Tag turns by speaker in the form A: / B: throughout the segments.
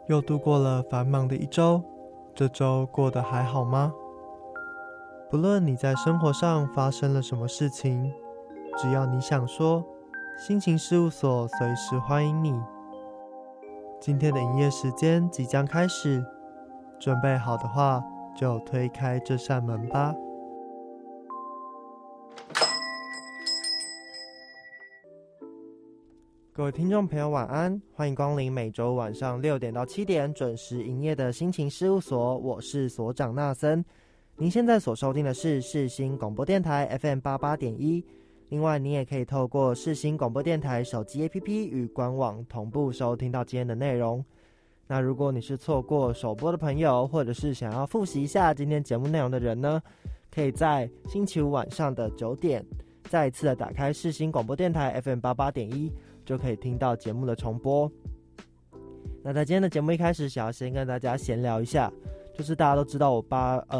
A: 又度过了繁忙的一周，这周过得还好吗？不论你在生活上发生了什么事情，只要你想说，心情事务所随时欢迎你。今天的营业时间即将开始，准备好的话，就推开这扇门吧。各位听众朋友晚安，欢迎光临每周晚上6点到7点准时营业的心情事务所，我是所长纳森。您现在所收听的是世新广播电台 FM88.1， 另外你也可以透过世新广播电台手机 APP 与官网同步收听到今天的内容。那如果你是错过首播的朋友，或者是想要复习一下今天节目内容的人呢，可以在星期五晚上的9点再一次的打开世新广播电台 FM88.1，就可以听到节目的重播。那在今天的节目一开始，想要先跟大家闲聊一下，就是大家都知道我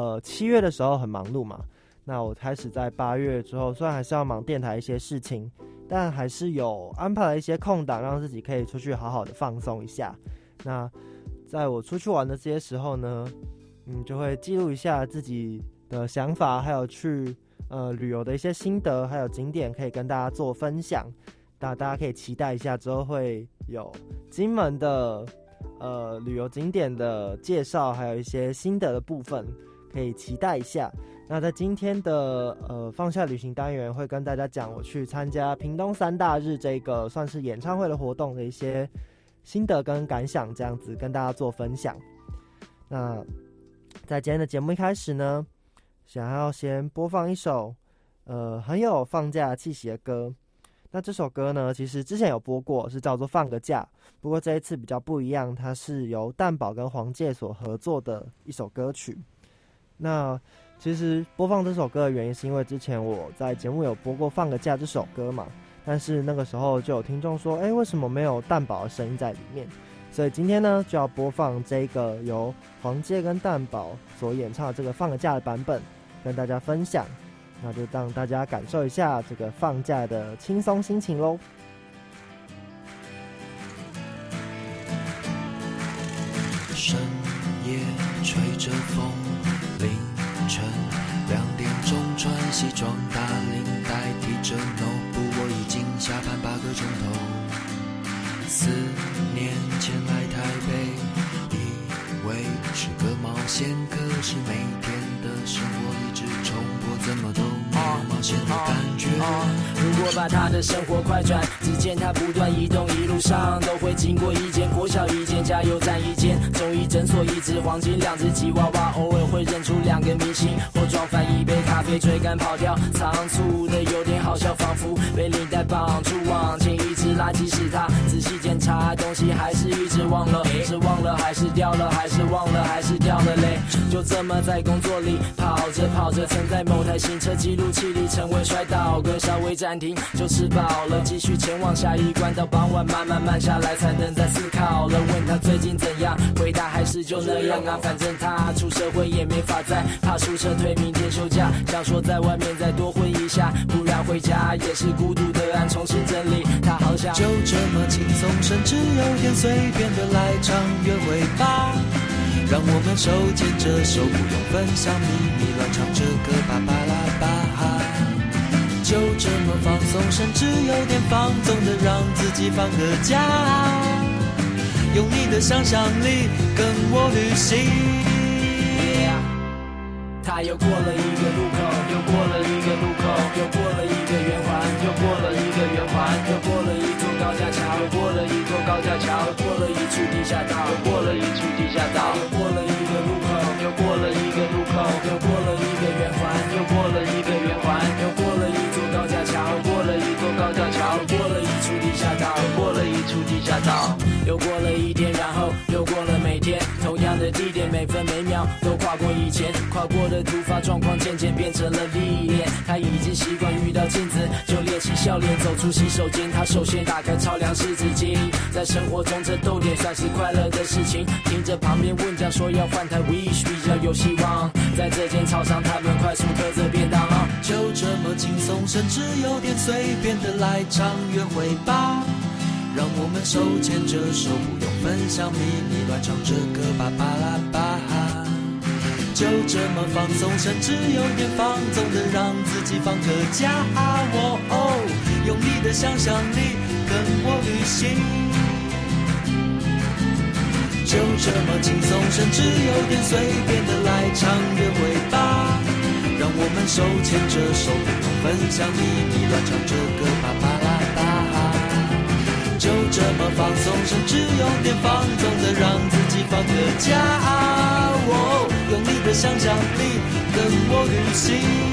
A: 7月的时候很忙碌嘛，那我开始在8月之后，虽然还是要忙电台一些事情，但还是有安排了一些空档，让自己可以出去好好的放松一下。那在我出去玩的这些时候呢，就会记录一下自己的想法，还有去旅游的一些心得，还有景点可以跟大家做分享。大家可以期待一下，之后会有金门的旅游景点的介绍，还有一些心得的部分，可以期待一下。那在今天的放下旅行单元，会跟大家讲我去参加屏东3大日这个算是演唱会的活动的一些心得跟感想，这样子跟大家做分享。那在今天的节目一开始呢，想要先播放一首很有放假气息的歌。那这首歌呢，其实之前有播过，是叫做《放个假》，不过这一次比较不一样，它是由蛋堡跟黄玠所合作的一首歌曲。那其实播放这首歌的原因，是因为之前我在节目有播过《放个假》这首歌嘛，但是那个时候就有听众说，为什么没有蛋堡的声音在里面？所以今天呢，就要播放这个由黄玠跟蛋堡所演唱的这个《放个假》的版本，跟大家分享。那就让大家感受一下这个放假的轻松心情咯。
B: 深夜吹着风，凌晨2点钟穿西装打领带提着 notebook， 我已经下班8个钟头。4年前来台北，以为是个冒险，可是每天的生活一直重播，怎么都没有冒险的感觉。
C: 如果把他的生活快转，只见他不断移动，一路上都会经过一间国小，一间加油站，一间中医诊所，一只黄金，2只吉娃娃，偶尔会认出2个明星，或撞翻一杯咖啡，追赶跑跳，仓促的有点好笑，仿佛被领带绑住往前，一只垃圾是他，仔细检查东西还是一直忘了，是忘了还是掉了，还是忘了还是掉了嘞？就这么在工作里跑着跑着，曾在某台行车记录器里成为摔倒哥，稍微暂停就吃饱了，继续前往下一关，到傍晚慢下来才能再思考了。问他最近怎样，回答还是就那样啊，反正他出社会也没法再怕出车退，明天休假，想说在外面再多混一下，不然回家也是孤独的按重新整理。他好想
B: 就这么轻松，甚至有点随便的来场约会吧，让我们手牵着手，不用分享秘密，乱唱着歌吧吧啦吧哈。就这么放松，甚至有点放纵的让自己放个假，用你的想象力跟我旅行。
C: 他又过了一个路口，又过了一个路口，又过了一个圆环，又过了一个圆环，又过了一座高架桥，又过了一座高架桥，又过了一处地下道，又过了一处地下道，又过了一个路口，又过了一个路口，又过了一个圆环，又过了一个圆环，又过了一座高架桥，又过了一座高架桥，又过了一处地下道，又过了一处地下道，又过了一天，然后又过了每天，同样的地点，每分每秒都跨过以前跨过的突发状况，渐渐变成了历练。他已经习惯遇到镜子就练习笑脸，走出洗手间，他首先打开超量湿纸巾。在生活中这逗点算是快乐的事情，听着旁边问讲说要换台 Wish 比较有希望。在这间超商，他们快速嗑着便当，
B: 就这么轻松，甚至有点随便的来场约会吧， 让我们手牵着手，不用分享秘密，乱唱着歌吧巴拉巴哈，就这么放松，甚至有点放纵的让自己放个假。用你的想象力跟我旅行，就这么轻松，甚至有点随便的来场约会吧。让我们手牵着手，不用分享秘密，乱唱着歌吧巴拉巴哈，就这么放松，甚至有点放纵的让自己放个假。用你的想象力跟我旅行。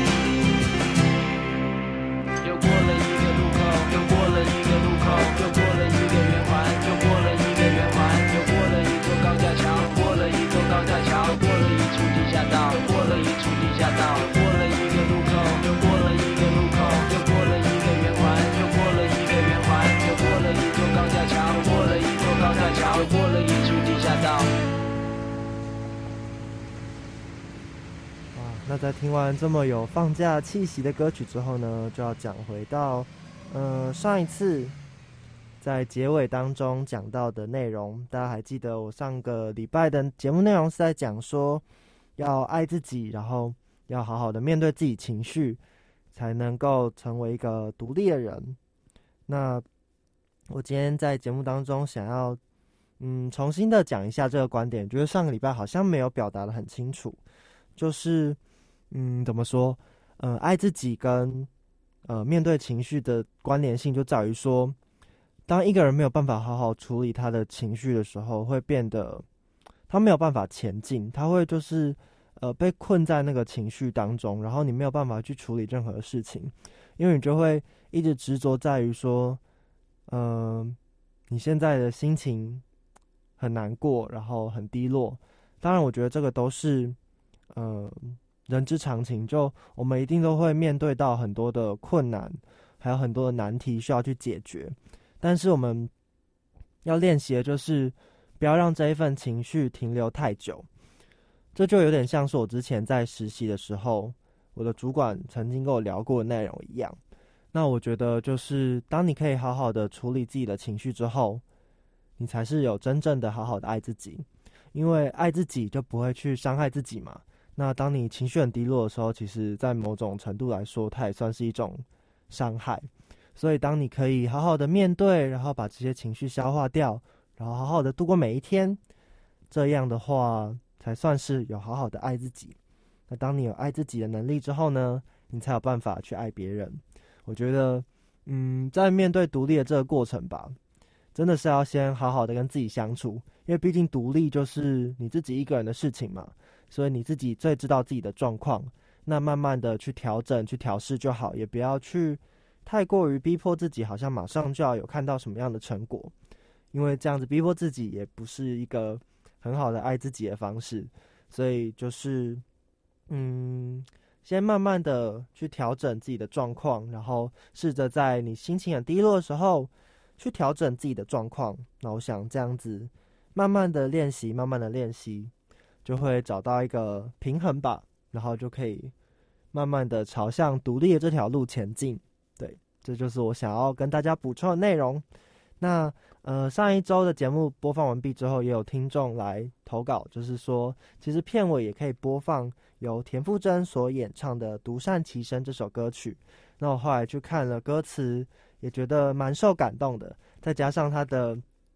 C: 又过了一个路口，又过了一个路口，又过了一个圆环，又过了一个圆环，又过了一座高架桥，过了一座高架桥，过了一处地下道，过了一处地下道，过了一个路口，又过了一个路口，又过了一个圆环，又过了一个圆环，又过了一座高架桥，过了一座高架桥，又过了一处地下道。
A: 那在听完这么有放假气息的歌曲之后呢，就要讲回到上一次在结尾当中讲到的内容。大家还记得我上个礼拜的节目内容是在讲说要爱自己，然后要好好的面对自己情绪，才能够成为一个独立的人。那我今天在节目当中想要重新的讲一下这个观点，觉得上个礼拜好像没有表达得很清楚，就是怎么说？爱自己跟面对情绪的关联性就在于说，当一个人没有办法好好处理他的情绪的时候，会变得他没有办法前进，他会就是被困在那个情绪当中，然后你没有办法去处理任何事情，因为你就会一直执着在于说，你现在的心情很难过，然后很低落。当然，我觉得这个都是人之常情，就我们一定都会面对到很多的困难，还有很多的难题需要去解决。但是我们要练习的就是不要让这一份情绪停留太久。这就有点像是我之前在实习的时候，我的主管曾经跟我聊过的内容一样。那我觉得就是当你可以好好的处理自己的情绪之后，你才是有真正的好好的爱自己。因为爱自己就不会去伤害自己嘛。那当你情绪很低落的时候，其实在某种程度来说，它也算是一种伤害。所以当你可以好好的面对，然后把这些情绪消化掉，然后好好的度过每一天，这样的话才算是有好好的爱自己。那当你有爱自己的能力之后呢，你才有办法去爱别人。我觉得在面对独立的这个过程吧，真的是要先好好的跟自己相处，因为毕竟独立就是你自己一个人的事情嘛，所以你自己最知道自己的状况，那慢慢的去调整去调试就好，也不要去太过于逼迫自己好像马上就要有看到什么样的成果，因为这样子逼迫自己也不是一个很好的爱自己的方式。所以就是先慢慢的去调整自己的状况，然后试着在你心情很低落的时候去调整自己的状况。那我想这样子慢慢的练习就会找到一个平衡吧，然后就可以慢慢的朝向独立的这条路前进。对，这就是我想要跟大家补充的内容。那上一周的节目播放完毕之后，也有听众来投稿，就是说其实片尾也可以播放由田馥甄所演唱的《独善其身》这首歌曲。那我后来去看了歌词，也觉得蛮受感动的，再加上它的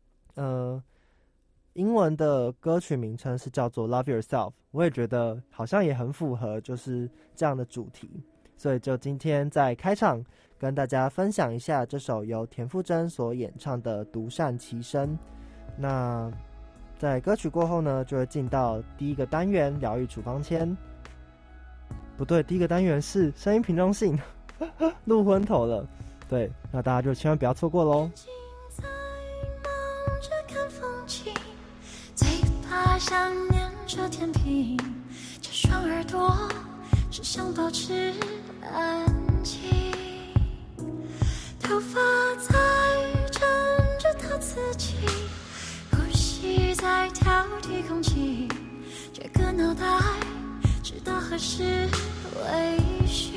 A: 英文的歌曲名称是叫做 Love Yourself， 我也觉得好像也很符合就是这样的主题，所以就今天在开场跟大家分享一下这首由田馥甄所演唱的独善其身。那在歌曲过后呢，就会进到第一个单元疗愈处方签，不对，第一个单元是声音瓶中信录昏头了，对，那大家就千万不要错过咯。
D: 想念着天平，这双耳朵只想保持安静，头发在枕着他自己，呼吸在挑剔空气，这个脑袋知道何时微醺。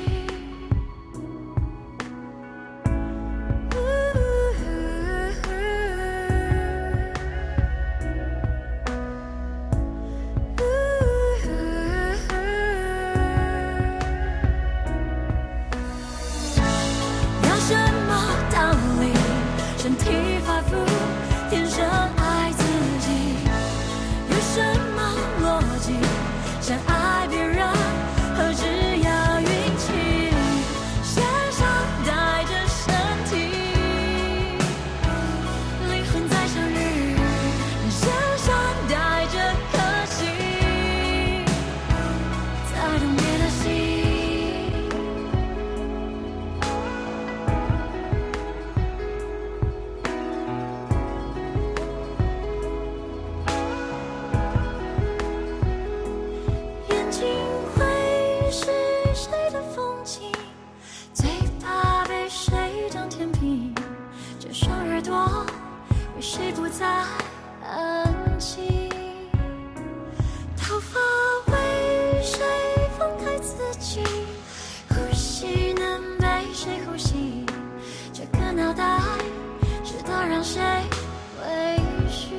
D: 在安静，头发为谁放开自己，呼吸能被谁呼吸，这个脑袋知道让谁委屈。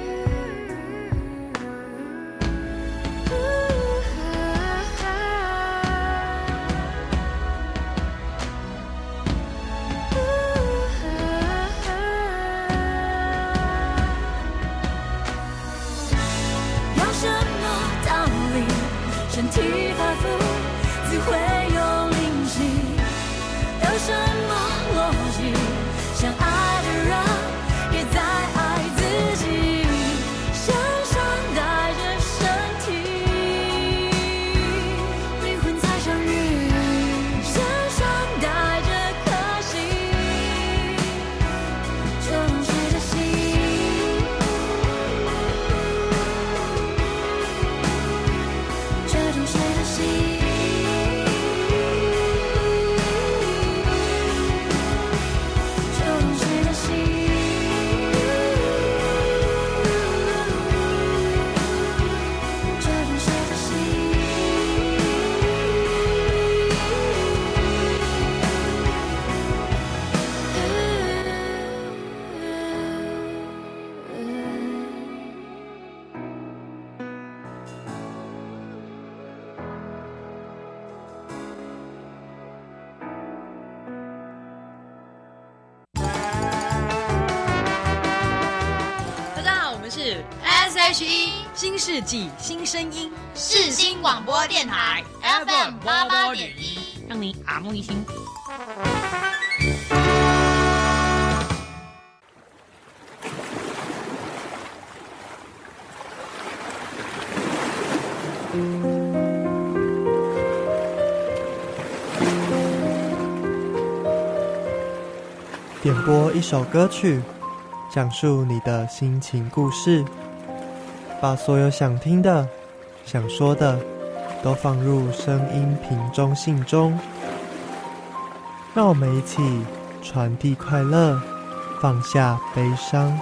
D: 身体发肤，自会有灵犀。有什么逻辑？相爱的人也在爱自己。身上带着身体，灵魂才相遇。身上带着颗心，就懂谁的心。
E: SHE 新世纪新声音，
F: 世新广播电台 FM 88.1，
E: 让你耳目一新。
A: 点播一首歌曲，讲述你的心情故事，把所有想听的、想说的都放入声音瓶中信中，让我们一起传递快乐，放下悲伤。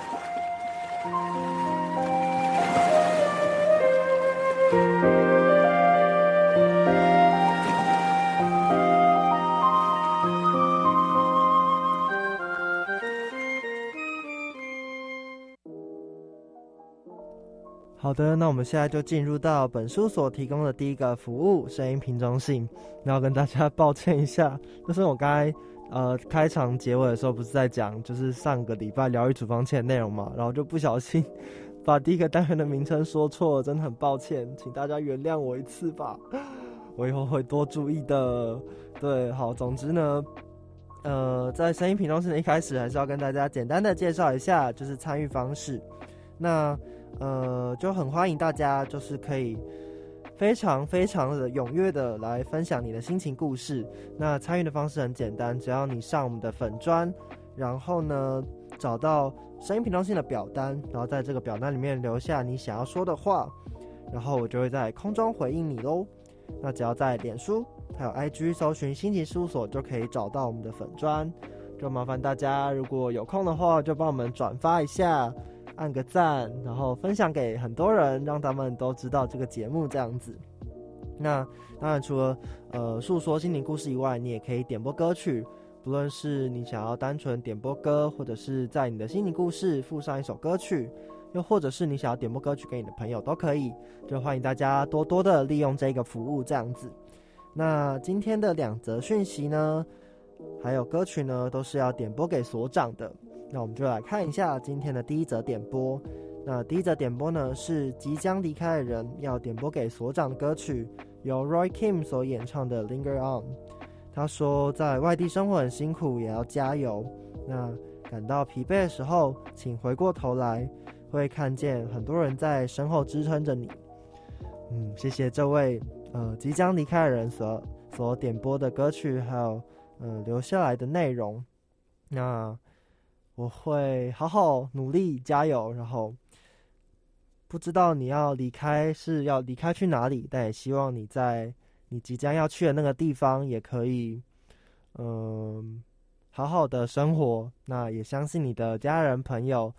A: 好的，那我们现在就进入到本书所提供的第一个服务——声音瓶中信。然后跟大家抱歉一下，就是我刚才开场结尾的时候不是在讲就是上个礼拜疗愈处方签的内容嘛，然后就不小心把第一个单元的名称说错了，真的很抱歉，请大家原谅我一次吧，我以后会多注意的。对，好，总之呢在声音瓶中信的一开始还是要跟大家简单的介绍一下就是参与方式。那就很欢迎大家就是可以非常非常的踊跃的来分享你的心情故事。那参与的方式很简单，只要你上我们的粉专，然后呢找到声音瓶中信的表单，然后在这个表单里面留下你想要说的话，然后我就会在空中回应你咯。那只要在脸书还有 IG 搜寻心情事务所就可以找到我们的粉专，就麻烦大家如果有空的话就帮我们转发一下，按个赞，然后分享给很多人，让他们都知道这个节目这样子。那当然除了诉说心灵故事以外，你也可以点播歌曲，不论是你想要单纯点播歌，或者是在你的心灵故事附上一首歌曲，又或者是你想要点播歌曲给你的朋友都可以，就欢迎大家多多的利用这个服务这样子。那今天的2则讯息呢还有歌曲呢都是要点播给所长的。那我们就来看一下今天的第一则点播。那第一则点播呢是即将离开的人要点播给所长的歌曲，由 Roy Kim 所演唱的 Linger On。 他说在外地生活很辛苦，也要加油，那感到疲惫的时候请回过头来，会看见很多人在身后支撑着你。谢谢这位即将离开的人所点播的歌曲，还有留下来的内容。那我会好好努力加油，然后不知道你要离开是要离开去哪里，但也希望你在你即将要去的那个地方也可以好好的生活。那也相信你的家人朋友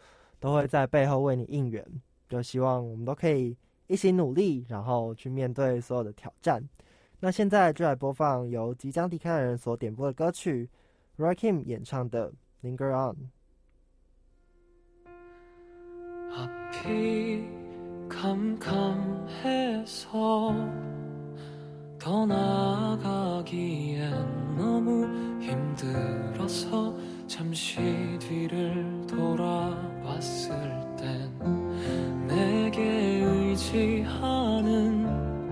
A: 都会在背后为你应援，就希望我们都可以一起努力，然后去面对所有的挑战。那现在就来播放由即将离开的人所点播的歌曲 Rakim 演唱的 Linger On。
G: 앞이 캄캄해서 더 나아가기엔 너무 힘들어서 잠시 뒤를 돌아봤을 땐 내게 의지하는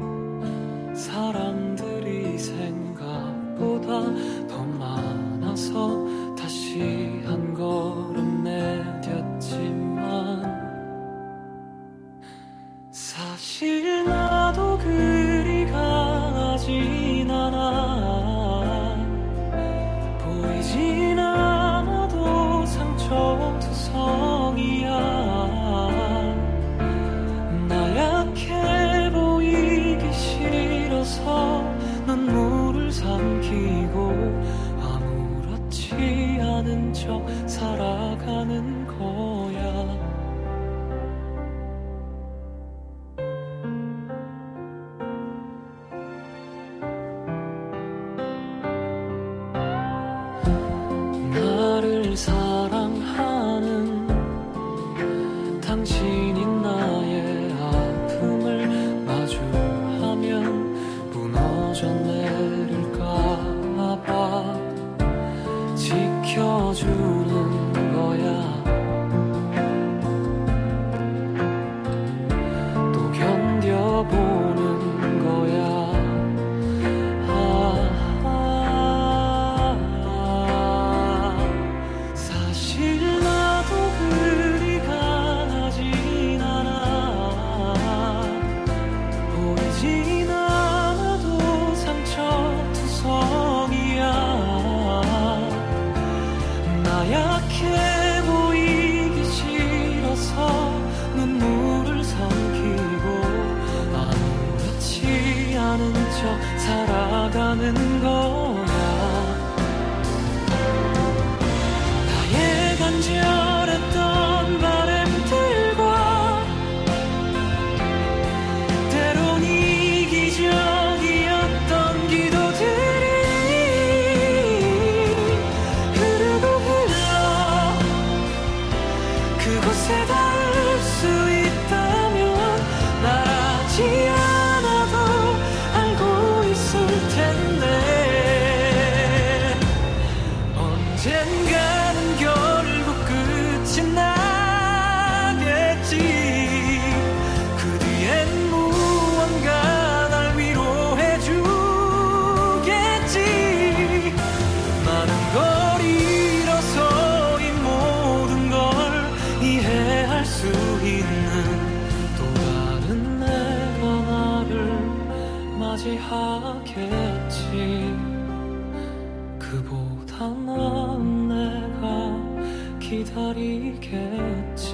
G: 사람들이 생각보다 더 많아서 다시 한 걸음 내뎠지만 사실 나도 그리 강하진 않아 보이진 않아도 상처투성이야 나 약해 보이기 싫어서 눈물을 삼키고 아무렇지 않은 척 살아가는 거야 나를 사랑하는 당신이 나의 아픔을 마주하면 무너져 내릴까봐 지켜주는 거야 또 견뎌보는 거야 사실 나도 그리 강하진 않아 보이진 않아도 상처투성이야 나 약해 보이기 싫어서 눈물을 삼키고 아무렇지 않은 척 살아가는 거야 나의 간절했던 바람들과 때론 이기적이었던 기도들이 흐르고 흘러 그곳에 닿을 수 있다면 말하지 않아도 알고 있을 텐데 언젠가는 결국 끝이 나겠지 그 뒤엔 무언가 날 위로해 주겠지 많은 걸 잃어서 이 모든 걸 이해할 수 있는 또 다른 내가 나를 맞이하겠지 그보다 나은 내가 기다리겠지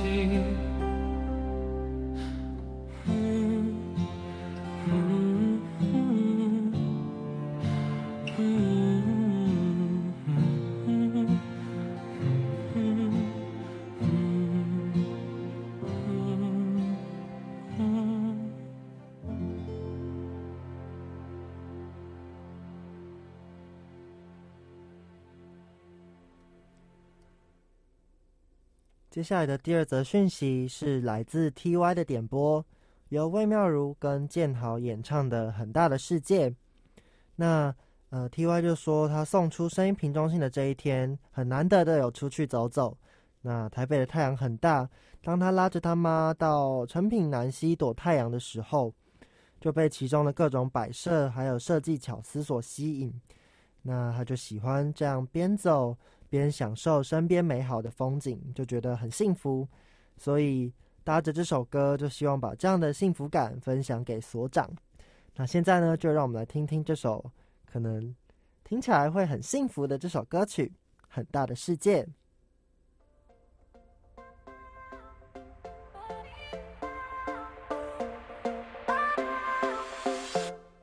A: 接下来的第二则讯息是来自 TY 的点播，由魏妙如跟建豪演唱的《很大的世界》。那TY 就说他送出声音瓶中信的这一天，很难得的有出去走走。那台北的太阳很大，当他拉着他妈到诚品南西躲太阳的时候，就被其中的各种摆设还有设计巧思所吸引。那他就喜欢这样边走边享受身边美好的风景，就觉得很幸福，所以搭着这首歌就希望把这样的幸福感分享给所长。那现在呢，就让我们来听听这首可能听起来会很幸福的这首歌曲《很大的世界》。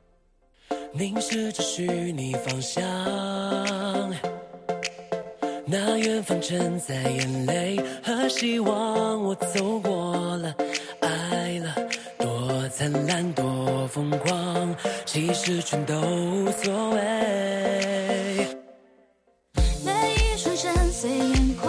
G: 凝视着虚拟方向，那那远方承载眼泪和希望，我走过了，爱了，多灿烂多疯狂，其实全都无所谓。
D: 每一双深邃眼眶，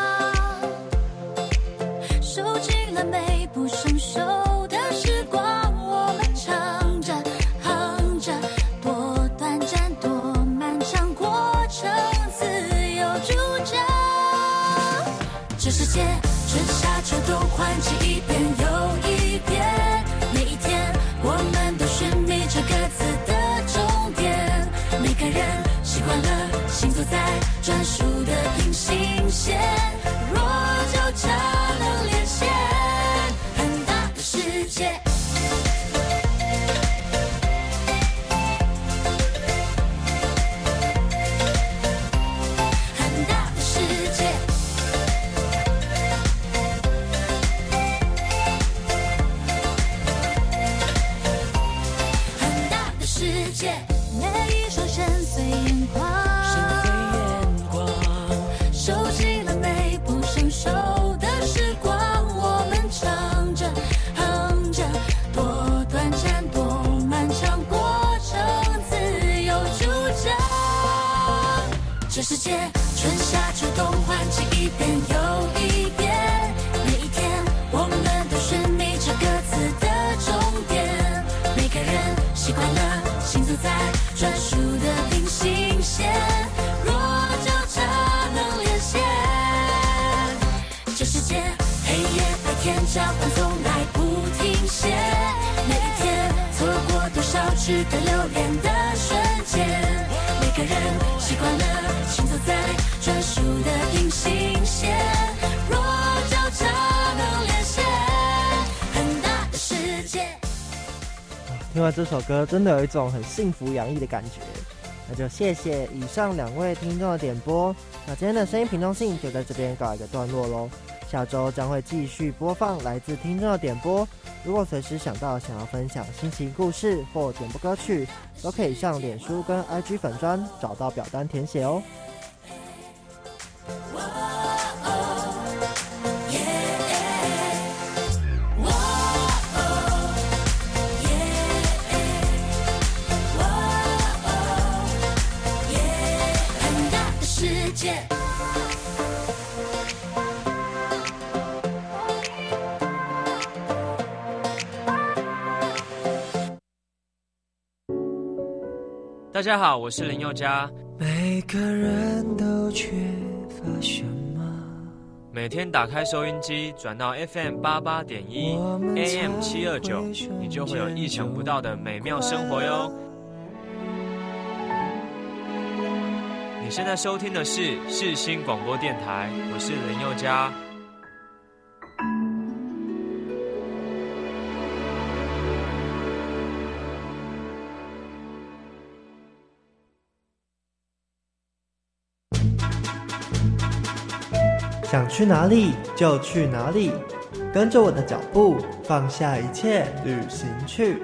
D: 收集了美不胜收的时光，我们唱着哼着，多短暂多漫长过程，自由主张。这世界春夏秋冬换季一遍又一遍，每一天我们都寻觅这各自的终点，每个人习惯了行走在专属的平行线，若就差能连线，很大的世界。很大的世界，很大的世界，每一双深邃眼光，收集了美不胜收的时光，我们唱着哼着，多短暂多漫长过程，自由主张。这世界春夏秋冬换季一遍又一遍，每一天我们都寻觅着各自的终点，每个人习惯了行走在专属的平行线，若就差能连线。这世界黑夜白天交换从来不停歇，每一天错过多少值得留恋的瞬间，每个人习惯了行走在专属的平行线，若就差能连线，很大的世界。
A: 听完这首歌，真的有一种很幸福洋溢的感觉。那就谢谢以上2位听众的点播。那今天的声音屏东性就在这边告一个段落咯，下周将会继续播放来自听众的点播。如果随时想到想要分享心情故事或点播歌曲，都可以上脸书跟 IG 粉专找到表单填写哦。
D: 很大的世界。
H: 大家好，我是林宥嘉。
G: 每个人都缺乏什么？
H: 每天打开收音机，转到 FM 88.1 AM 729，你就会有意想不到的美妙生活哟。你现在收听的是世新广播电台，我是林宥嘉。
A: 想去哪里就去哪里，跟着我的脚步，放下一切，旅行去。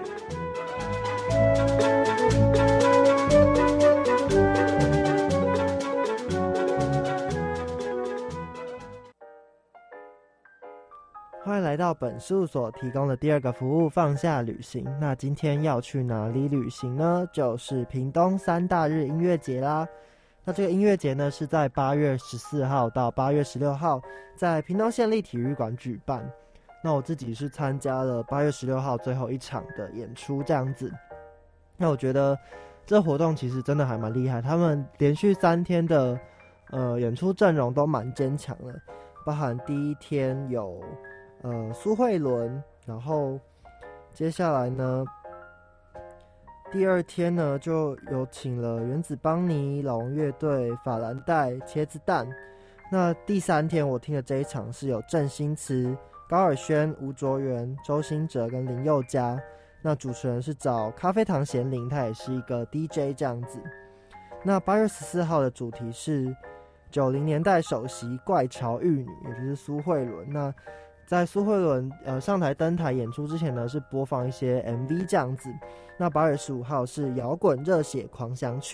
A: 欢迎来到本事务所提供的第2个服务，放下旅行。那今天要去哪里旅行呢？就是屏东3大日音乐节啦。那这个音乐节呢，是在8月14号到8月16号在屏东县立体育馆举办。那我自己是参加了8月16号最后一场的演出这样子。那我觉得这活动其实真的还蛮厉害，他们连续3天的演出阵容都蛮坚强的，包含第一天有苏慧伦，然后接下来呢第2天呢，就有请了原子邦尼、老王乐队、法兰黛、茄子蛋。那第3天我听的这一场是有郑兴慈、高尔宣、吴卓源、周兴哲跟林宥嘉。那主持人是找咖啡糖贤玲，他也是一个 DJ 这样子。那8月14号的主题是90年代首席怪潮玉女，也就是苏慧伦。那在苏慧伦上台登台演出之前呢，是播放一些 MV 这样子。那8月15号是摇滚热血狂想曲，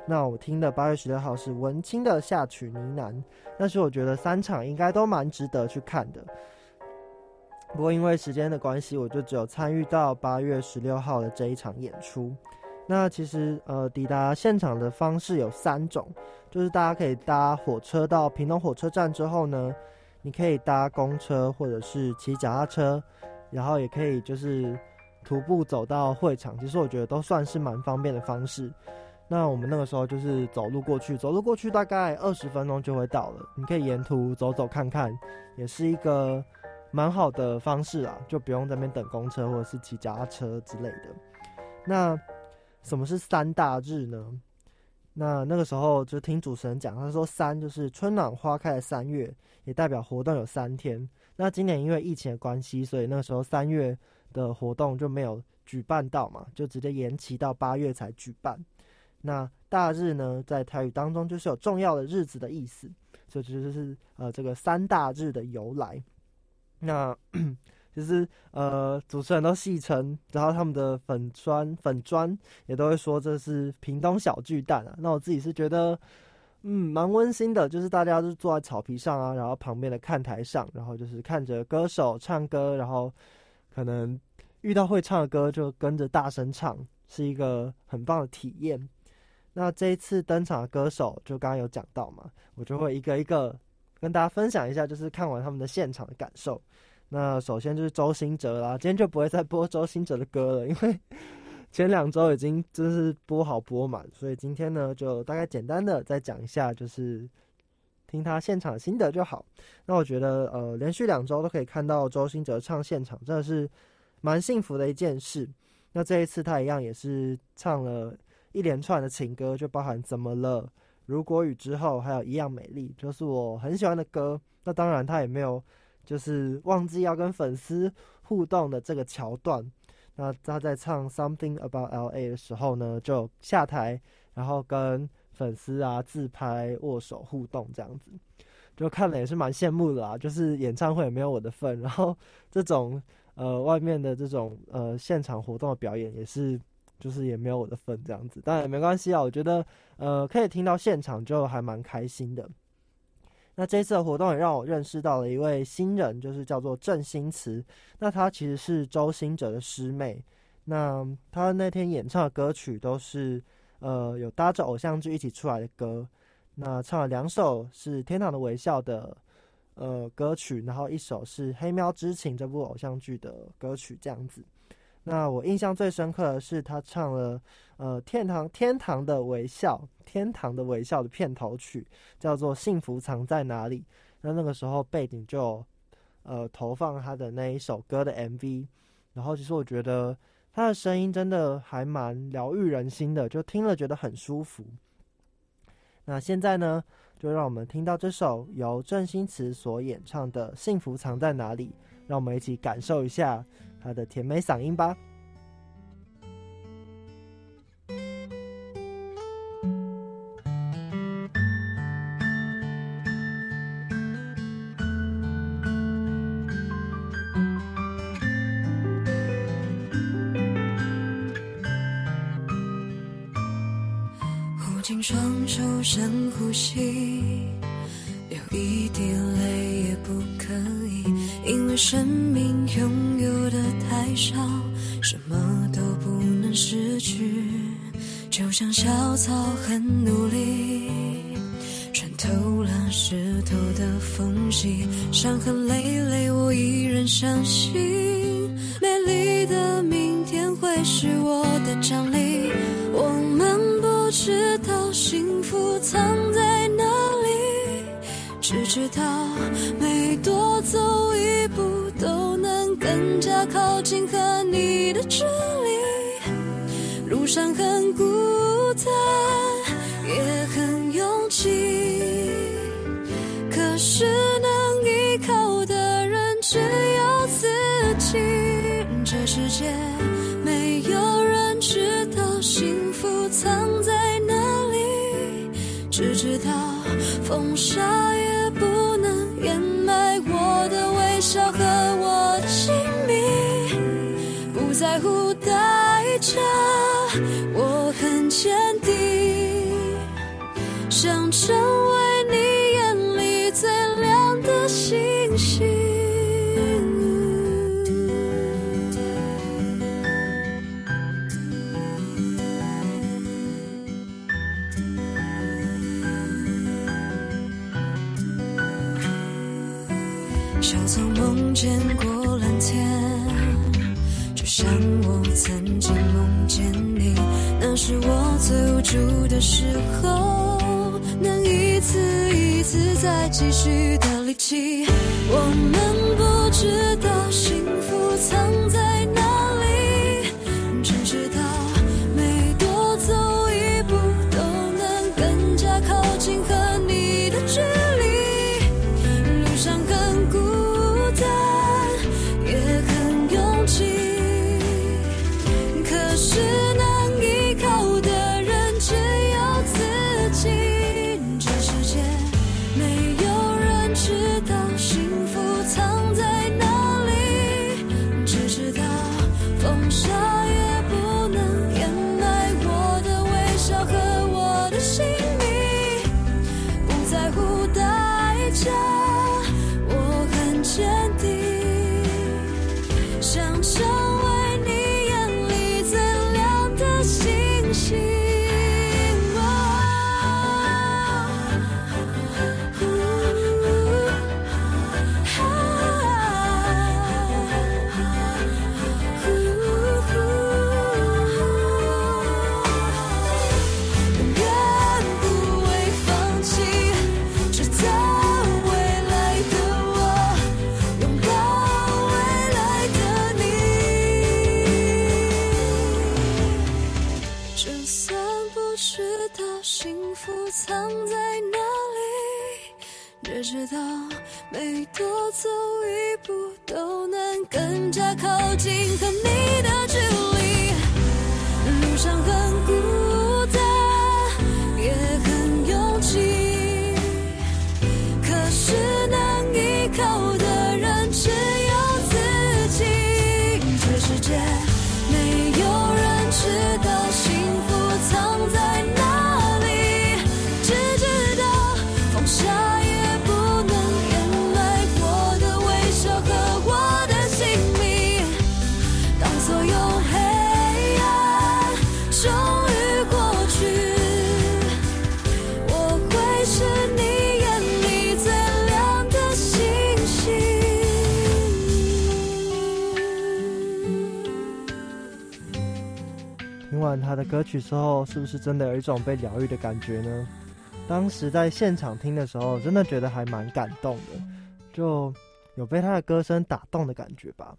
A: 那我听的8月16号是文青的下曲呢喃，但是我觉得3场应该都蛮值得去看的。不过因为时间的关系，我就只有参与到8月16号的这一场演出。那其实抵达现场的方式有3种，就是大家可以搭火车到屏东火车站之后呢，你可以搭公车或者是骑脚踏车，然后也可以就是徒步走到会场，其实我觉得都算是蛮方便的方式。那我们那个时候就是走路过去大概20分钟就会到了，你可以沿途走走看看，也是一个蛮好的方式啦，就不用在那边等公车或者是骑脚踏车之类的。那什么是3大日呢？那个时候就听主持人讲，他说3就是春暖花开的3月，也代表活动有3天。那今年因为疫情的关系，所以那个时候3月的活动就没有举办到嘛，就直接延期到8月才举办。那大日呢，在台语当中就是有重要的日子的意思，所以这就是这个3大日的由来。那就是主持人都戏称，然后他们的粉专也都会说这是屏东小巨蛋啊。那我自己是觉得蛮温馨的，就是大家就坐在草皮上啊，然后旁边的看台上，然后就是看着歌手唱歌，然后可能遇到会唱的歌就跟着大声唱，是一个很棒的体验。那这一次登场的歌手就刚刚有讲到嘛，我就会一个一个跟大家分享一下，就是看完他们的现场的感受。那首先就是周兴哲啦，今天就不会再播周兴哲的歌了，因为前2周已经就是播好播满，所以今天呢就大概简单的再讲一下，就是听他现场的心得就好。那我觉得连续2周都可以看到周兴哲唱现场，真的是蛮幸福的一件事。那这一次他一样也是唱了一连串的情歌，就包含怎么了、如果雨之后，还有一样美丽，就是我很喜欢的歌。那当然他也没有就是忘记要跟粉丝互动的这个桥段。那他在唱 Something About LA 的时候呢，就下台，然后跟粉丝啊自拍、握手互动这样子，就看了也是蛮羡慕的啦。就是演唱会也没有我的份，然后这种外面的这种现场活动的表演也是就是也没有我的份这样子，当然也没关系啊。我觉得可以听到现场就还蛮开心的。那这次的活动也让我认识到了一位新人，就是叫做郑欣慈。那她其实是周兴哲的师妹。那她那天演唱的歌曲都是有搭着偶像剧一起出来的歌。那唱了2首是《天堂的微笑》的歌曲，然后1首是《黑喵之情》这部偶像剧的歌曲这样子。那我印象最深刻的是他唱了天堂的微笑的片头曲，叫做幸福藏在哪里。那个时候背景就投放他的那一首歌的 MV， 然后其实我觉得他的声音真的还蛮疗愈人心的，就听了觉得很舒服。那现在呢，就让我们听到这首由郑欣慈所演唱的幸福藏在哪里，让我们一起感受一下他的甜美嗓音吧。
D: 握紧双手深呼吸，流一滴泪也不可以，因为生命拥有的太少，什么都不能失去。就像小草很努力，穿透了石头的缝隙，伤痕累累我依然相信，美丽的明天会是我的奖励。我们不知道幸福藏在哪里，只知道每多走一步都能更加靠近和你的距离。路上很孤单也很拥挤，可是能依靠的人只有自己。这世界没有人知道幸福藏在哪里，只知道风沙也不能掩埋我的微笑和我的姓名。不在乎代价，我很坚定， 想成为你眼里最亮的星星。小曾梦见过蓝天，就像我曾经梦见你，那是我最无助的时候，能一次一次再继续的力气。我们不知道幸福藏在哪里，只知道每多走一步都能更加靠近和你的距离。路上很孤单，也很拥挤，可是能依靠的人只有自己。这世界没有人知道幸福藏在哪里，只知道风沙也不能掩埋我的微笑和我的心里。不在乎代价，我很坚定，想成为你眼里最亮的星星。永远不会放弃，直到未来的我拥抱未来的你。就算不知道幸福藏在哪里，只知道每多走一步都能更加靠近和你的距离。路上很孤单，也很拥挤，可是能依靠的人只有自己。这世界没有人知道幸福藏在哪里，只知道风沙也不能掩埋我的微笑和我的心里。当所有黑暗终于过去，我会是你眼里最亮的星星。
A: 听完他的歌曲之后，是不是真的有一种被疗愈的感觉呢？当时在现场听的时候，真的觉得还蛮感动的，就有被他的歌声打动的感觉吧。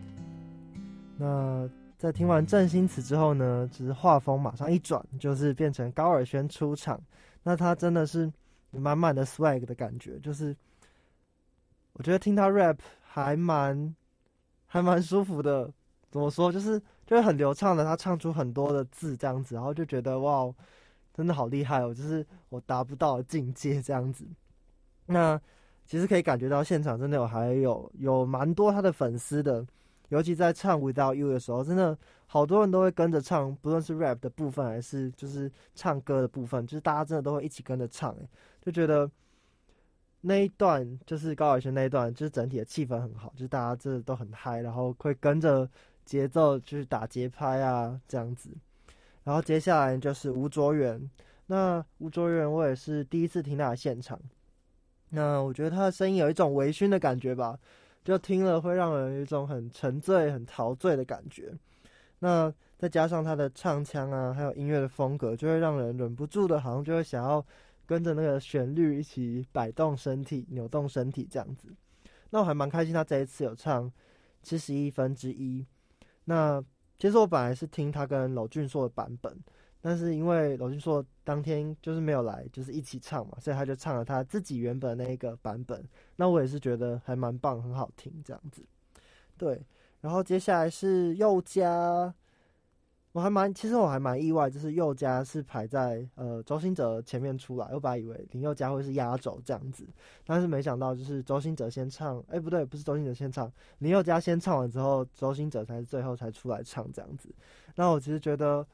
A: 那在听完郑欣词之后呢，只是画风马上一转，就是变成高尔宣出场。那他真的是满满的 swag 的感觉，就是我觉得听他 rap 还蛮舒服的。怎么说，就是很流畅的，他唱出很多的字这样子，然后就觉得哇，真的好厉害哦，就是我达不到的境界这样子。那其实可以感觉到现场真的还有蛮多他的粉丝的，尤其在唱 Without You 的时候，真的好多人都会跟着唱，不论是 rap 的部分还是就是唱歌的部分，就是大家真的都会一起跟着唱，就觉得那一段就是高尔宣那一段，就是整体的气氛很好，就是大家真的都很嗨，然后会跟着节奏就是打节拍啊这样子。然后接下来就是吴卓源，那吴卓源我也是第一次听他的现场，那我觉得他的声音有一种微醺的感觉吧，就听了会让人有一种很沉醉很陶醉的感觉。那再加上他的唱腔啊还有音乐的风格，就会让人忍不住的好像就会想要跟着那个旋律一起摆动身体扭动身体这样子。那我还蛮开心他这一次有唱71%。那其实我本来是听他跟娄俊硕的版本，但是因为娄俊硕当天就是没有来，就是一起唱嘛，所以他就唱了他自己原本的那一个版本。那我也是觉得还蛮棒，很好听这样子。对，然后接下来是宥嘉，其实我还蛮意外，就是宥嘉是排在周兴哲前面出来，我本来以为林宥嘉会是压轴这样子，但是没想到就是周兴哲先唱，不对，不是周兴哲先唱，林宥嘉先唱完之后，周兴哲才是最后才出来唱这样子。那我其实觉得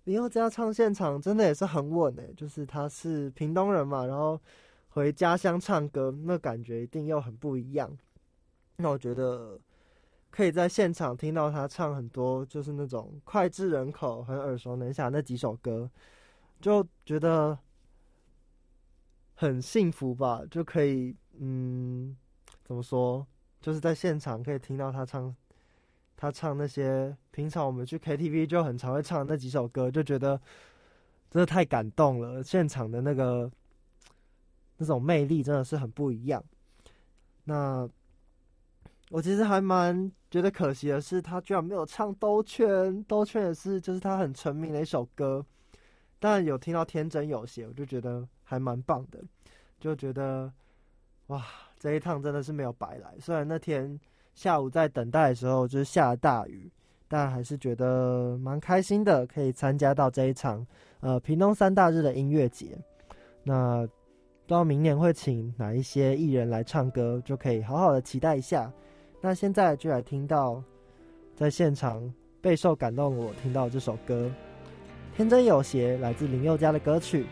A: 林宥嘉唱现场真的也是很稳欸，就是他是屏东人嘛，然后回家乡唱歌，那感觉一定又很不一样。那我觉得可以在现场听到他唱很多就是那种脍炙人口、很耳熟能详那几首歌，就觉得很幸福吧，就可以怎么说，就是在现场可以听到他唱那些平常我们去 KTV 就很常会唱的那几首歌，就觉得真的太感动了。现场的那种魅力真的是很不一样。那我其实还蛮觉得可惜的是，他居然没有唱兜圈。兜圈也是就是他很成名的一首歌，但有听到天真有邪，我就觉得还蛮棒的，就觉得哇，这一趟真的是没有白来。虽然那天下午在等待的时候就是下了大雨，但还是觉得蛮开心的，可以参加到这一场屏东3大日的音乐节。那不知道明年会请哪一些艺人来唱歌，就可以好好的期待一下。那现在就来听到在现场备受感动我听到这首歌《天真有邪》，来自林宥嘉的歌曲。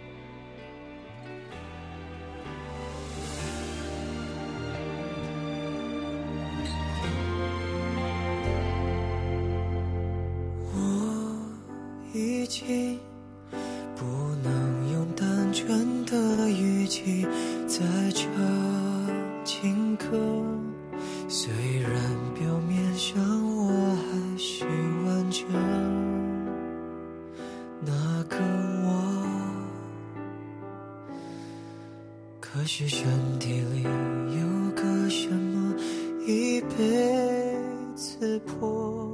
B: 已经不能用单纯的语气再唱情歌，虽然表面上我还是完整那个我，可是身体里有个什么已被刺破。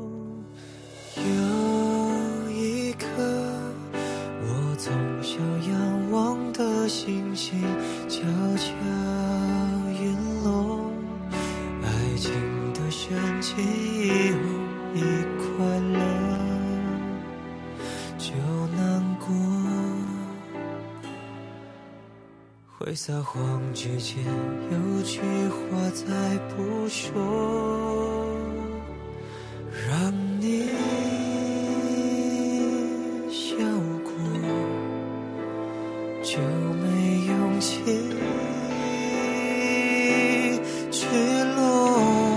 B: 有一颗我从小仰望的星星悄悄陨落，爱情的深情以后一快乐就难过，会撒谎之前有句话再不说，让你笑过就没勇气去落。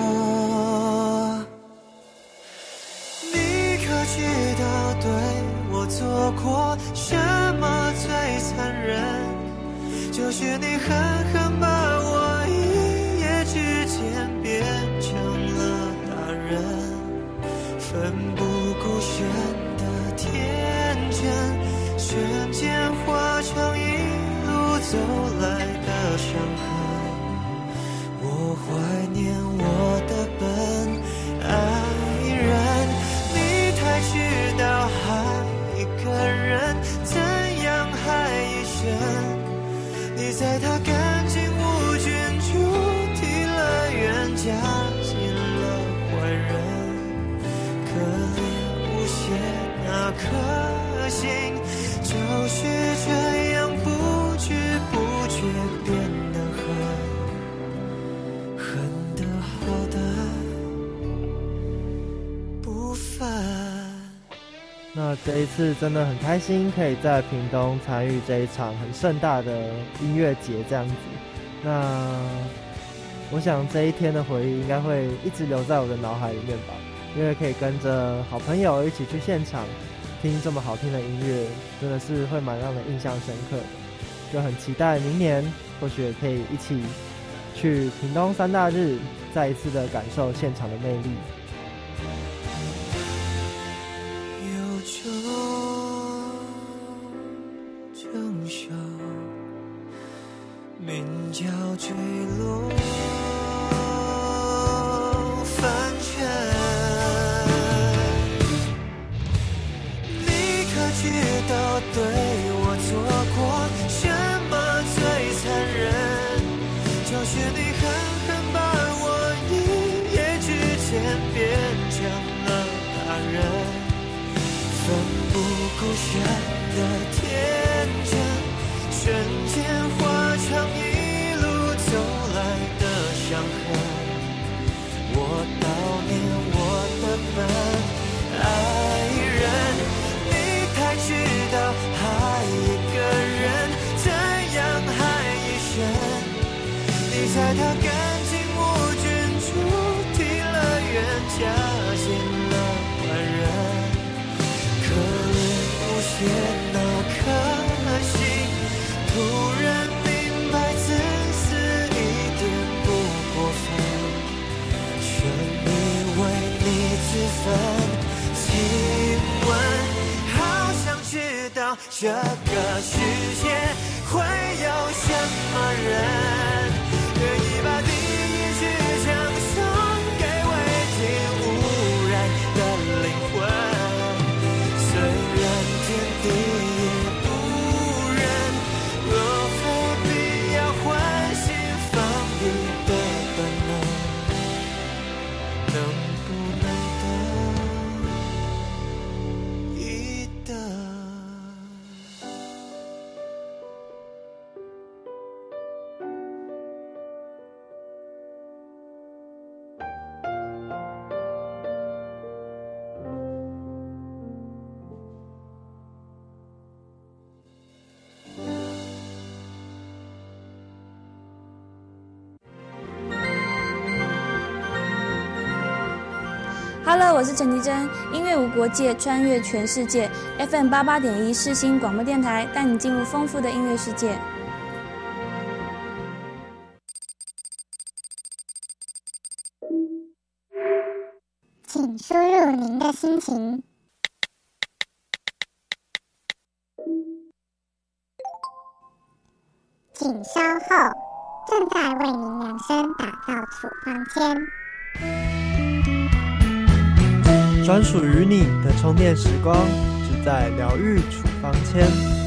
B: 你可知道对我做过什么最残忍？就是你狠狠把我一夜之间变成了大人，奋不顾身的天真，瞬间化成一路走来的伤痕。我怀念我的笨爱人，你太知道爱一个人怎样害一生。你在他干净无菌主题乐园加进了坏人，可怜无邪那颗心就是这样不知不觉变得狠得好的不凡。
A: 那这一次真的很开心，可以在屏东参与这一场很盛大的音乐节这样子。那我想这一天的回忆应该会一直留在我的脑海里面吧，因为可以跟着好朋友一起去现场听这么好听的音乐，真的是会蛮让人印象深刻的。就很期待明年或许也可以一起去屏东3大日，再一次的感受现场的魅力。
B: 成熟名叫坠落凡尘，你可知道对我做过什么最残忍？就是你狠狠把我一夜之间变成了大人，奋不顾身的天真，瞬间化成一路走来的伤痕。我悼念我的笨爱人，你太知在他感情无菌处提了冤，加进了坏人，可怜不屑那颗心，突然明白自私一点不过分，全以为你自焚。请问好想知道这个世界会有什么人愿意把第一句讲送给未经污染的灵魂，虽然天地也不忍，若非必要唤醒防御的本能，能不能得一得？
I: Hello， 我是陈绮贞，音乐无国界，穿越全世界 ，FM 88.1世新广播电台，带你进入丰富的音乐世界。
J: 请输入您的心情。请稍后，正在为您量身打造处方签。
A: 专属于你的充电时光，只在疗愈处方签。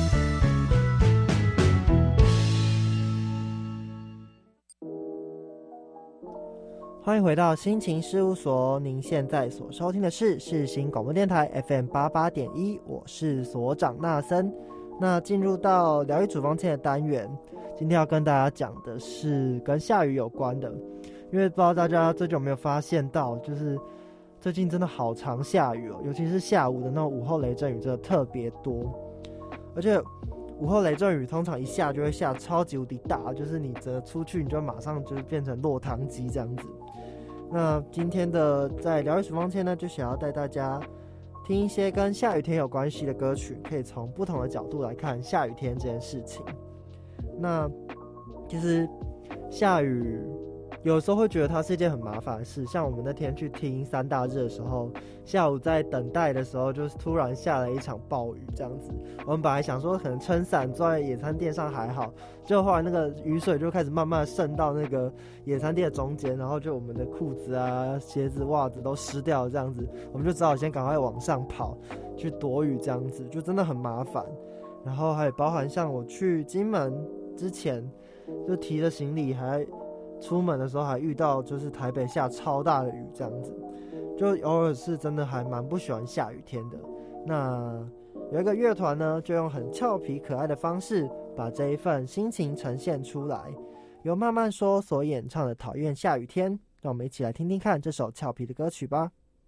A: 欢迎回到心情事务所，您现在所收听的是世新广播电台 FM 88.1，我是所长纳森。那进入到疗愈处方签的单元，今天要跟大家讲的是跟下雨有关的，因为不知道大家最近有没有发现到，就是最近真的好常下雨哦，尤其是下午的那种午后雷阵雨真的特别多，而且午后雷阵雨通常一下就会下超级无敌大，就是你则出去你就马上就是变成落汤鸡这样子。那今天的在疗愈处方签呢，就想要带大家听一些跟下雨天有关系的歌曲，可以从不同的角度来看下雨天这件事情。那其实下雨有时候会觉得它是一件很麻烦的事，像我们那天去听三大日的时候，下午在等待的时候，就是突然下了一场暴雨这样子。我们本来想说可能撑伞坐在野餐垫上还好，结果后来那个雨水就开始慢慢渗到那个野餐垫的中间，然后就我们的裤子啊、鞋子、袜子都湿掉了这样子，我们就只好先赶快往上跑去躲雨这样子，就真的很麻烦。然后还有包含像我去金门之前，就提着行李还出门的时候还遇到就是台北下超大的雨这样子，就偶尔是真的还蛮不喜欢下雨天的。那有一个乐团呢，就用很俏皮可爱的方式把这一份心情呈现出来，由慢慢说所演唱的《讨厌下雨天》，让我们一起来听听看这首俏皮的歌曲吧。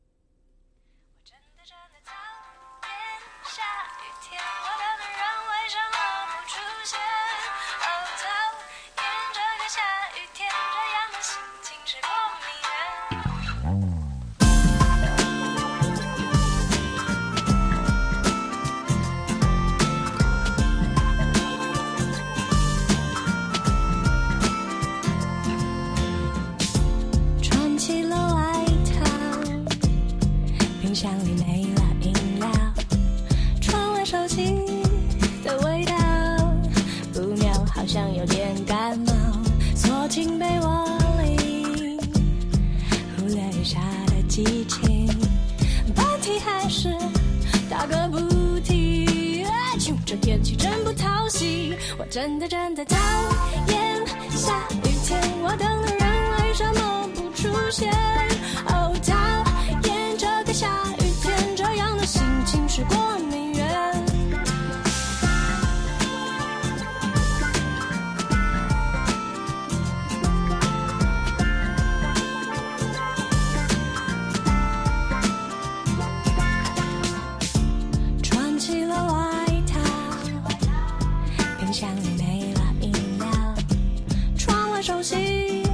K: 箱里没了饮料，窗外熟悉的味道，不妙，好像有点感冒，缩进被窝里，忽略雨下的激情，半提还是打个不提，这天气真不讨喜，我真的讨厌下雨天，我等的人为什么不出现？哦，讨厌这个下雨天，这样的心情是过敏源。穿起了外套，冰箱里没了饮料，窗外熟悉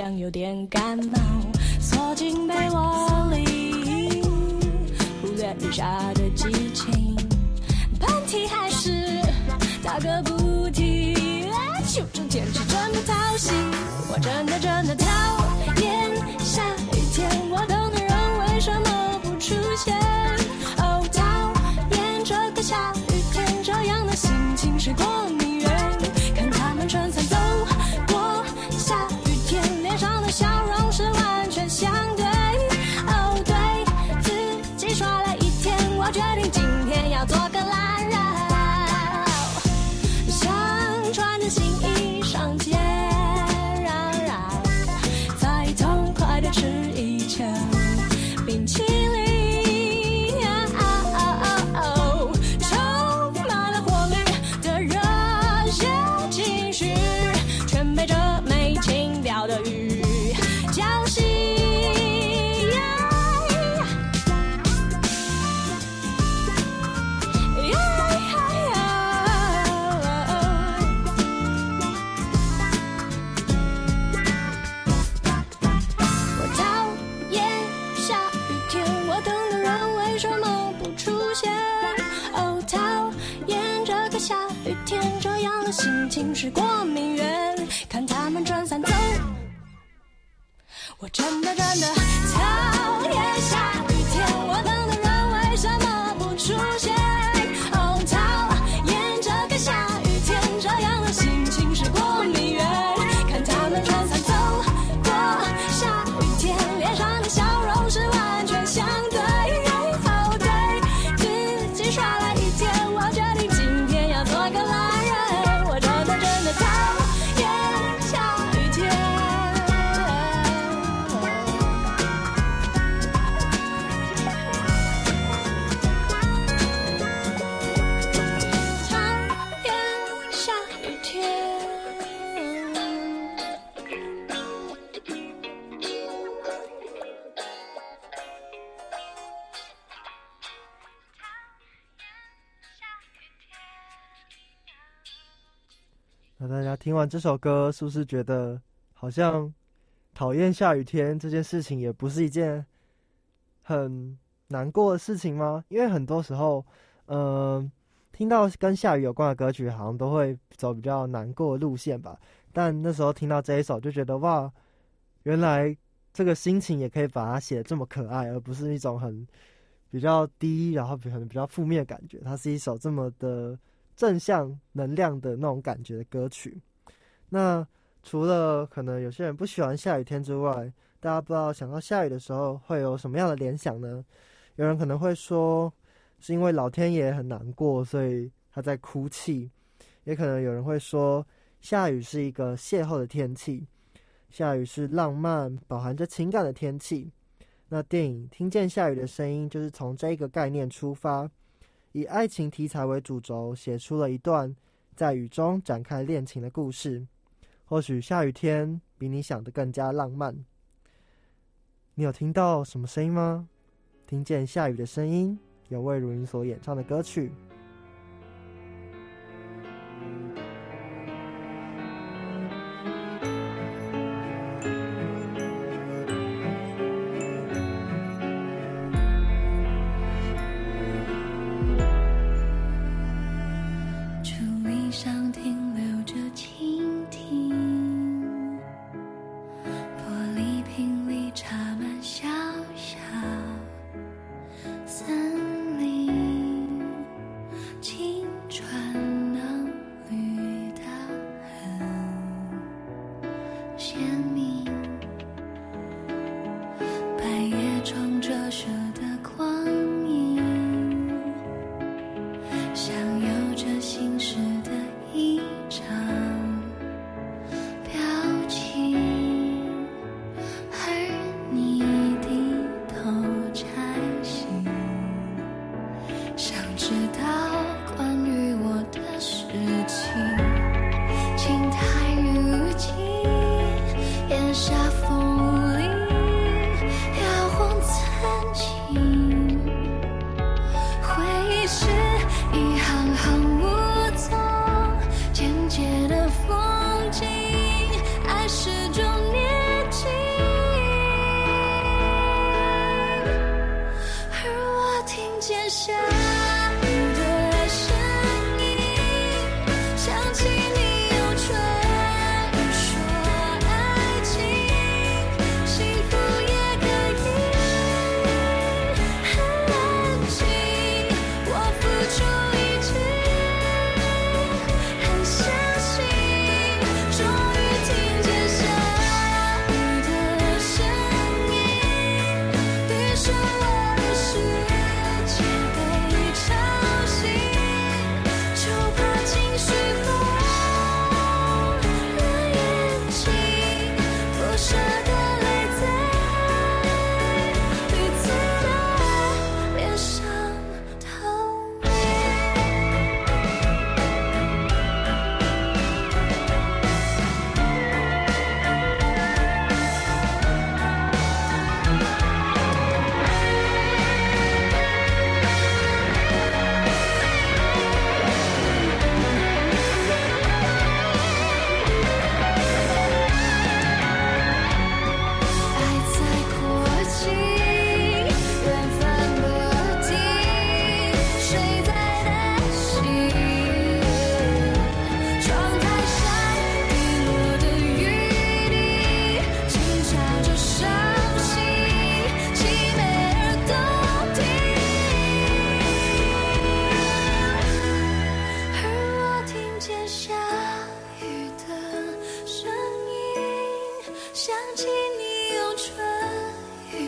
K: 像有点感冒，缩进被窝里，忽略雨下的激情，喷嚏还是打个不停。就这天气真的讨喜，我真的讨厌下雨天，我懂的人为什么不出现？哦，讨厌这个下雨天，这样的心情是过迷人。看他们撑伞走过下雨天，脸上的笑容是完全相对。哦，对自己耍了一天，我决定今天要做个懒人，想穿着新衣上街绕绕，再痛快地吃一球冰淇淋。充满了活力的热血情绪，全被这没情调的雨浇熄。我讨厌下雨天，我等的人为什么不出现？哦，讨厌这个下雨天，这样的心情是过敏源。看他们撑伞走，我真的讨厌下雨天，我等的人为什么不出现？哦，讨厌这个下雨天，这样的心情是过敏源。看他们撑伞走过下雨天，脸上的笑容是完全相对。哦，对自己耍了一天，我决定今天要做个懒人，我真的讨厌下雨天。讨厌下雨天。
A: 那大家听完这首歌，是不是觉得好像讨厌下雨天这件事情也不是一件很难过的事情吗？因为很多时候，听到跟下雨有关的歌曲，好像都会走比较难过的路线吧。但那时候听到这一首，就觉得哇，原来这个心情也可以把它写得这么可爱，而不是一种很比较低，然后可能比较负面的感觉。它是一首这么的正向能量的那种感觉的歌曲。那除了可能有些人不喜欢下雨天之外，大家不知道想到下雨的时候会有什么样的联想呢？有人可能会说是因为老天爷很难过，所以他在哭泣。也可能有人会说下雨是一个邂逅的天气，下雨是浪漫饱含着情感的天气。那电影听见下雨的声音就是从这个概念出发，以爱情题材为主轴，写出了一段在雨中展开恋情的故事。或许下雨天比你想的更加浪漫。你有听到什么声音吗？听见下雨的声音，由魏如云所演唱的歌曲。
D: 森林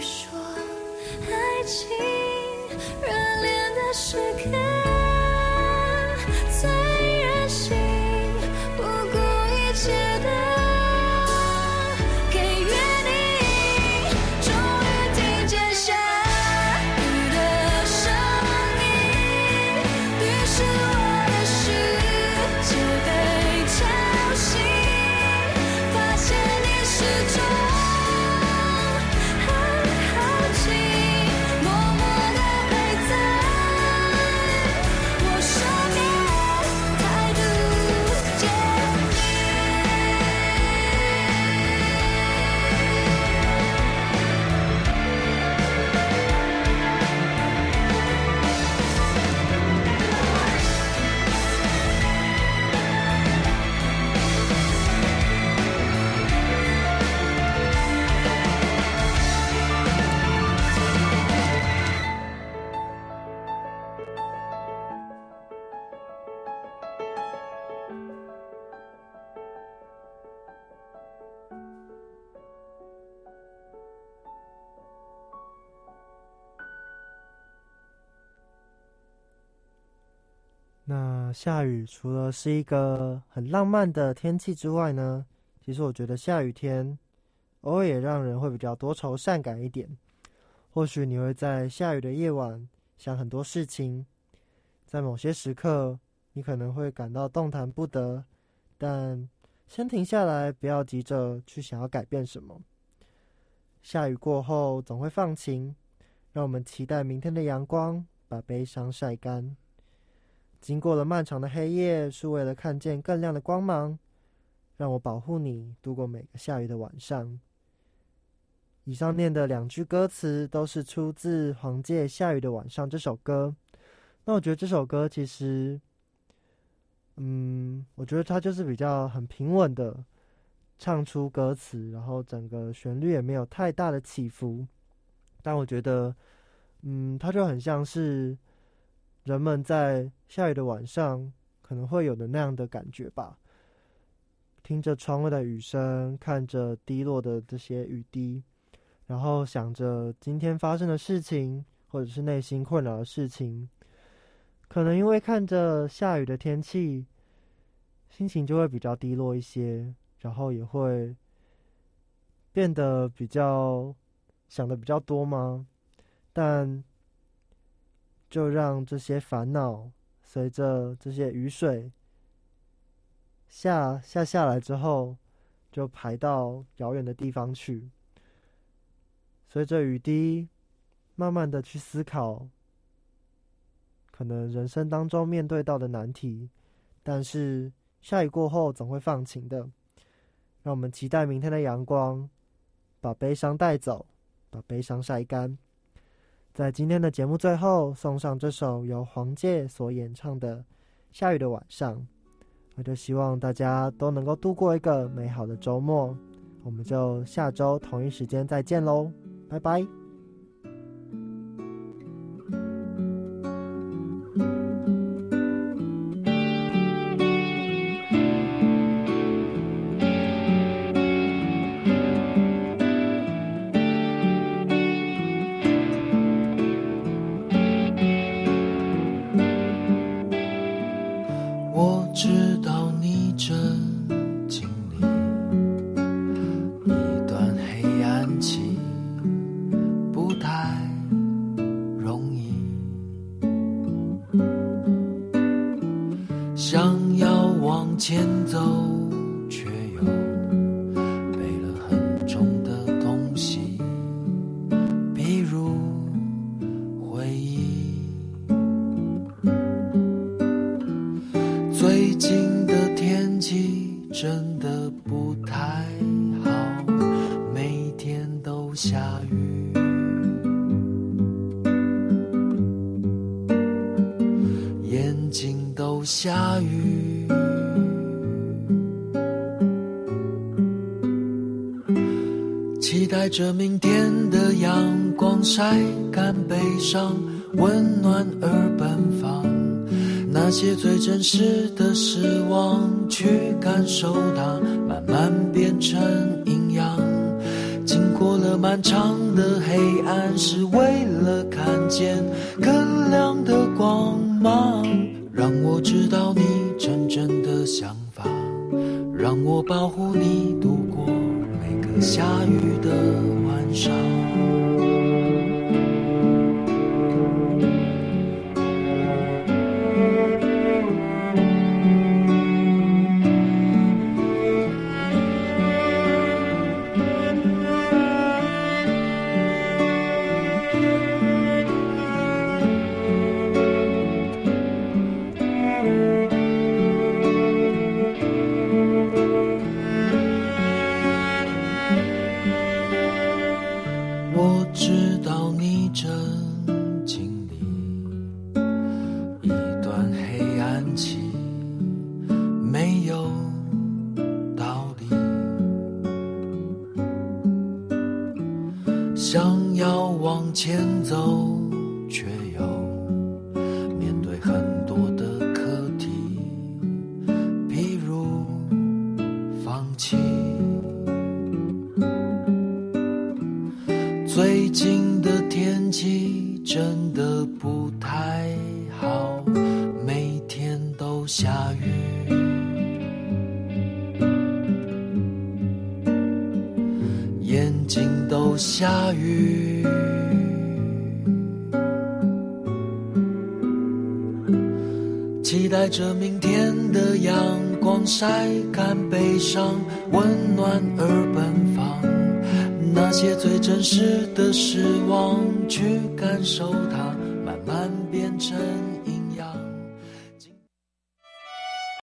D: 说爱情热恋的时刻，最任性不顾一切的给予你，终于听见下雨的声音，于是我的世界被吵醒，发现你始终
A: 那下雨除了是一个很浪漫的天气之外呢，其实我觉得下雨天偶尔也让人会比较多愁善感一点。或许你会在下雨的夜晚想很多事情，在某些时刻你可能会感到动弹不得，但先停下来，不要急着去想要改变什么。下雨过后总会放晴，让我们期待明天的阳光把悲伤晒干。经过了漫长的黑夜，是为了看见更亮的光芒，让我保护你度过每个下雨的晚上。以上念的2句歌词都是出自黄玠《下雨的晚上》这首歌。那我觉得这首歌其实我觉得它就是比较很平稳的唱出歌词，然后整个旋律也没有太大的起伏，但我觉得它就很像是人们在下雨的晚上可能会有的那样的感觉吧。听着窗外的雨声，看着滴落的这些雨滴，然后想着今天发生的事情，或者是内心困扰的事情，可能因为看着下雨的天气，心情就会比较低落一些，然后也会变得比较想的比较多吗？但就让这些烦恼随着这些雨水下来之后，就排到遥远的地方去。随着雨滴，慢慢的去思考可能人生当中面对到的难题，但是下雨过后总会放晴的。让我们期待明天的阳光，把悲伤带走，把悲伤晒干。在今天的节目最后，送上这首由黄玠所演唱的《下雨的晚上》。我就希望大家都能够度过一个美好的周末。我们就下周同一时间再见咯，拜拜。
B: 下雨，期待着明天的阳光晒干悲伤，温暖而奔放，那些最真实的失望，去感受它，慢慢变成营养。经过了这漫长的黑暗，是为了看见更亮的光芒。让我知道你真正的想法，让我保护你度过每个下雨的晚上。我知道你正经历一段黑暗期，没有道理，想要往前走，却又面对很多的课题，譬如放弃。最近的天气真的不太好，每天都下雨，眼睛都下雨，期待着明天的阳光晒干悲伤，温暖而奔放，那些最真实的失望，去感受它，慢慢变成